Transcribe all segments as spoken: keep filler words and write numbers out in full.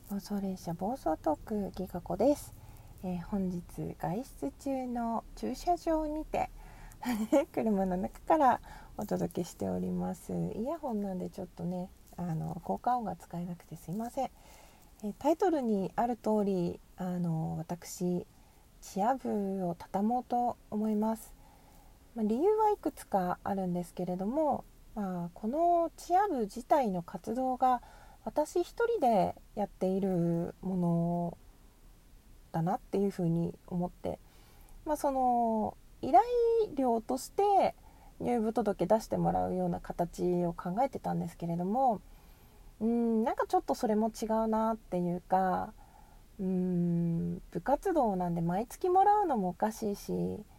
暴走列車暴走トークギガ子です、えー、本日外出中の駐車場にて車の中からお届けしております。イヤホンなんでちょっとねあの効果音が使えなくてすいません。えー、タイトルにある通りあの私チア部を畳もうと思います。まあ、理由はいくつかあるんですけれども、まあ、このチア部自体の活動が私一人でやっているものだなっていうふうに思って、まあ、その依頼料として入部届出してもらうような形を考えてたんですけれども、うーんなんかちょっとそれも違うなっていうか、うーん部活動なんで毎月もらうのもおかしいし、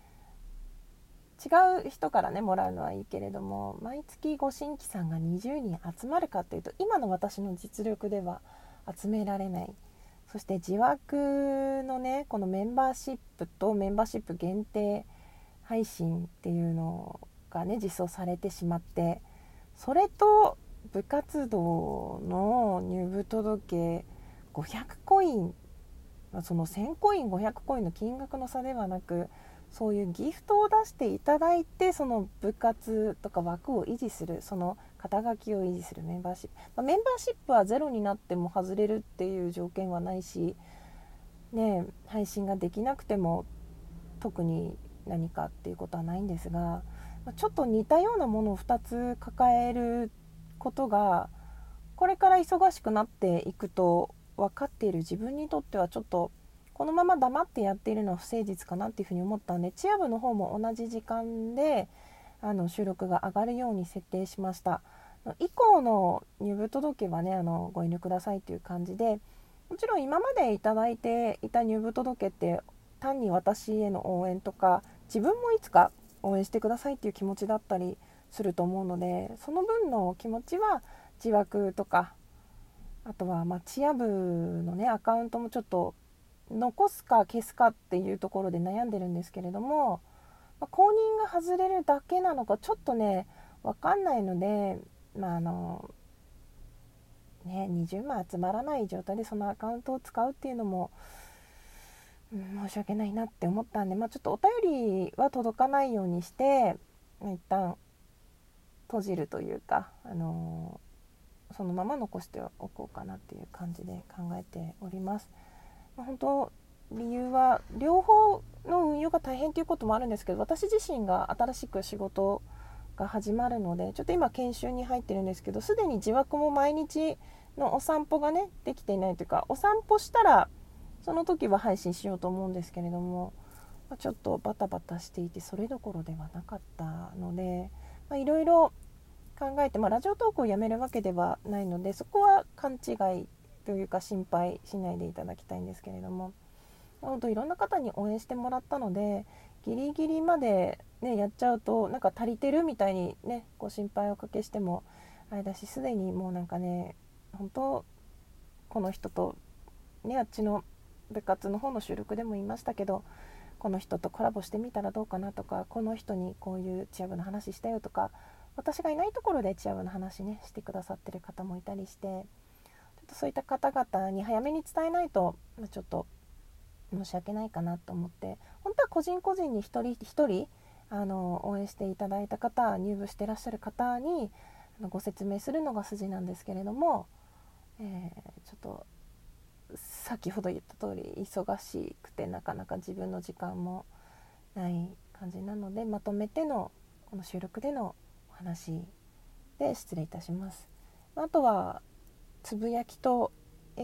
違う人からねもらうのはいいけれども、毎月ご新規さんがにじゅうにん集まるかっていうと今の私の実力では集められない。そして自枠のねこのメンバーシップとメンバーシップ限定配信っていうのがね実装されてしまって、それと部活動の入部届ごひゃくコイン、そのせんコインごひゃくコインの金額の差ではなく、そういうギフトを出していただいてその部活とか枠を維持する、その肩書きを維持するメンバーシップ、まあ、メンバーシップはゼロになっても外れるっていう条件はないし、ね、配信ができなくても特に何かっていうことはないんですが、ちょっと似たようなものをふたつ抱えることがこれから忙しくなっていくと分かっている自分にとってはちょっとこのまま黙ってやっているのは不誠実かなっていうふうに思ったんで、チア部の方も同じ時間であの収録が上がるように設定しました。以降の入部届はねあのご遠慮くださいという感じで、もちろん今までいただいていた入部届って単に私への応援とか自分もいつか応援してくださいっていう気持ちだったりすると思うので、その分の気持ちは自枠とか、あとはまあチア部のねアカウントもちょっと残すか消すかっていうところで悩んでるんですけれども、まあ、公認が外れるだけなのかちょっとね分かんないので、まああのね、にじゅうまん集まらない状態でそのアカウントを使うっていうのも、うん、申し訳ないなって思ったんで、まあ、ちょっとお便りは届かないようにして、まあ、一旦閉じるというか、あのー、そのまま残しておこうかなっていう感じで考えております。まあ、本当理由は両方の運用が大変ということもあるんですけど、私自身が新しく仕事が始まるのでちょっと今研修に入ってるんですけど、すでに自枠も毎日のお散歩がねできていないというか、お散歩したらその時は配信しようと思うんですけれども、まあ、ちょっとバタバタしていてそれどころではなかったので、いろいろ考えて、まあ、ラジオトークをやめるわけではないのでそこは勘違いというか心配しないでいただきたいんですけれども、本当いろんな方に応援してもらったのでギリギリまで、ね、やっちゃうとなんか足りてるみたいにねご心配をおかけしてもあれだし、すでにもうなんかね本当この人とねあっちの部活の方の収録でも言いましたけど、この人とコラボしてみたらどうかなとか、この人にこういうチア部の話したよとか、私がいないところでチア部の話ねしてくださってる方もいたりして、ちょっとそういった方々に早めに伝えないと、まあ、ちょっと申し訳ないかなと思って、本当は個人個人に一人一人あの応援していただいた方、入部してらっしゃる方にあのご説明するのが筋なんですけれども、えー、ちょっと先ほど言った通り忙しくてなかなか自分の時間もない感じなので、まとめてのこの収録でのお話で失礼いたします。あとはつぶやきと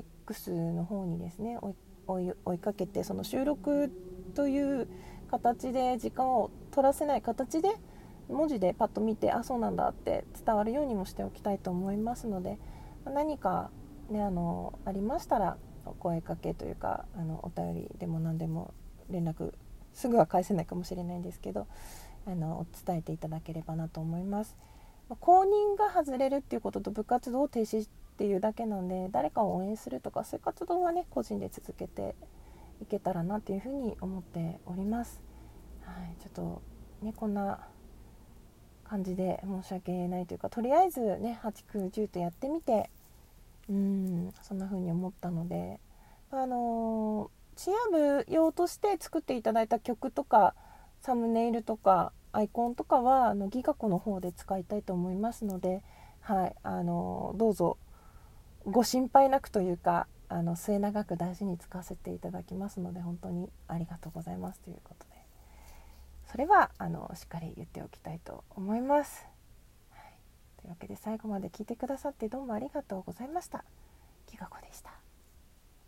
X の方にですね追い、追いかけて、その収録という形で時間を取らせない形で文字でパッと見て、あそうなんだって伝わるようにもしておきたいと思いますので、何かねあのありましたらお声かけというか、あのお便りでも何でも連絡すぐは返せないかもしれないんですけど、あの伝えていただければなと思います。公認が外れるっていうことと部活動を停止っていうだけなんで、誰かを応援するとかそういう活動はね個人で続けていけたらなっていうふうに思っております。はい、ちょっとねこんな感じで申し訳ないというか、とりあえずねはち、く、じゅうとやってみて、 うんそんな風に思ったので、あのチア部用として作っていただいた曲とかサムネイルとかアイコンとかはあのギガ子の方で使いたいと思いますので、はい、あのどうぞご心配なくというか、あの末永く大事に使わせていただきますので、本当にありがとうございますということで、それはあのしっかり言っておきたいと思います、はい、というわけで最後まで聞いてくださってどうもありがとうございました。ギガ子でした。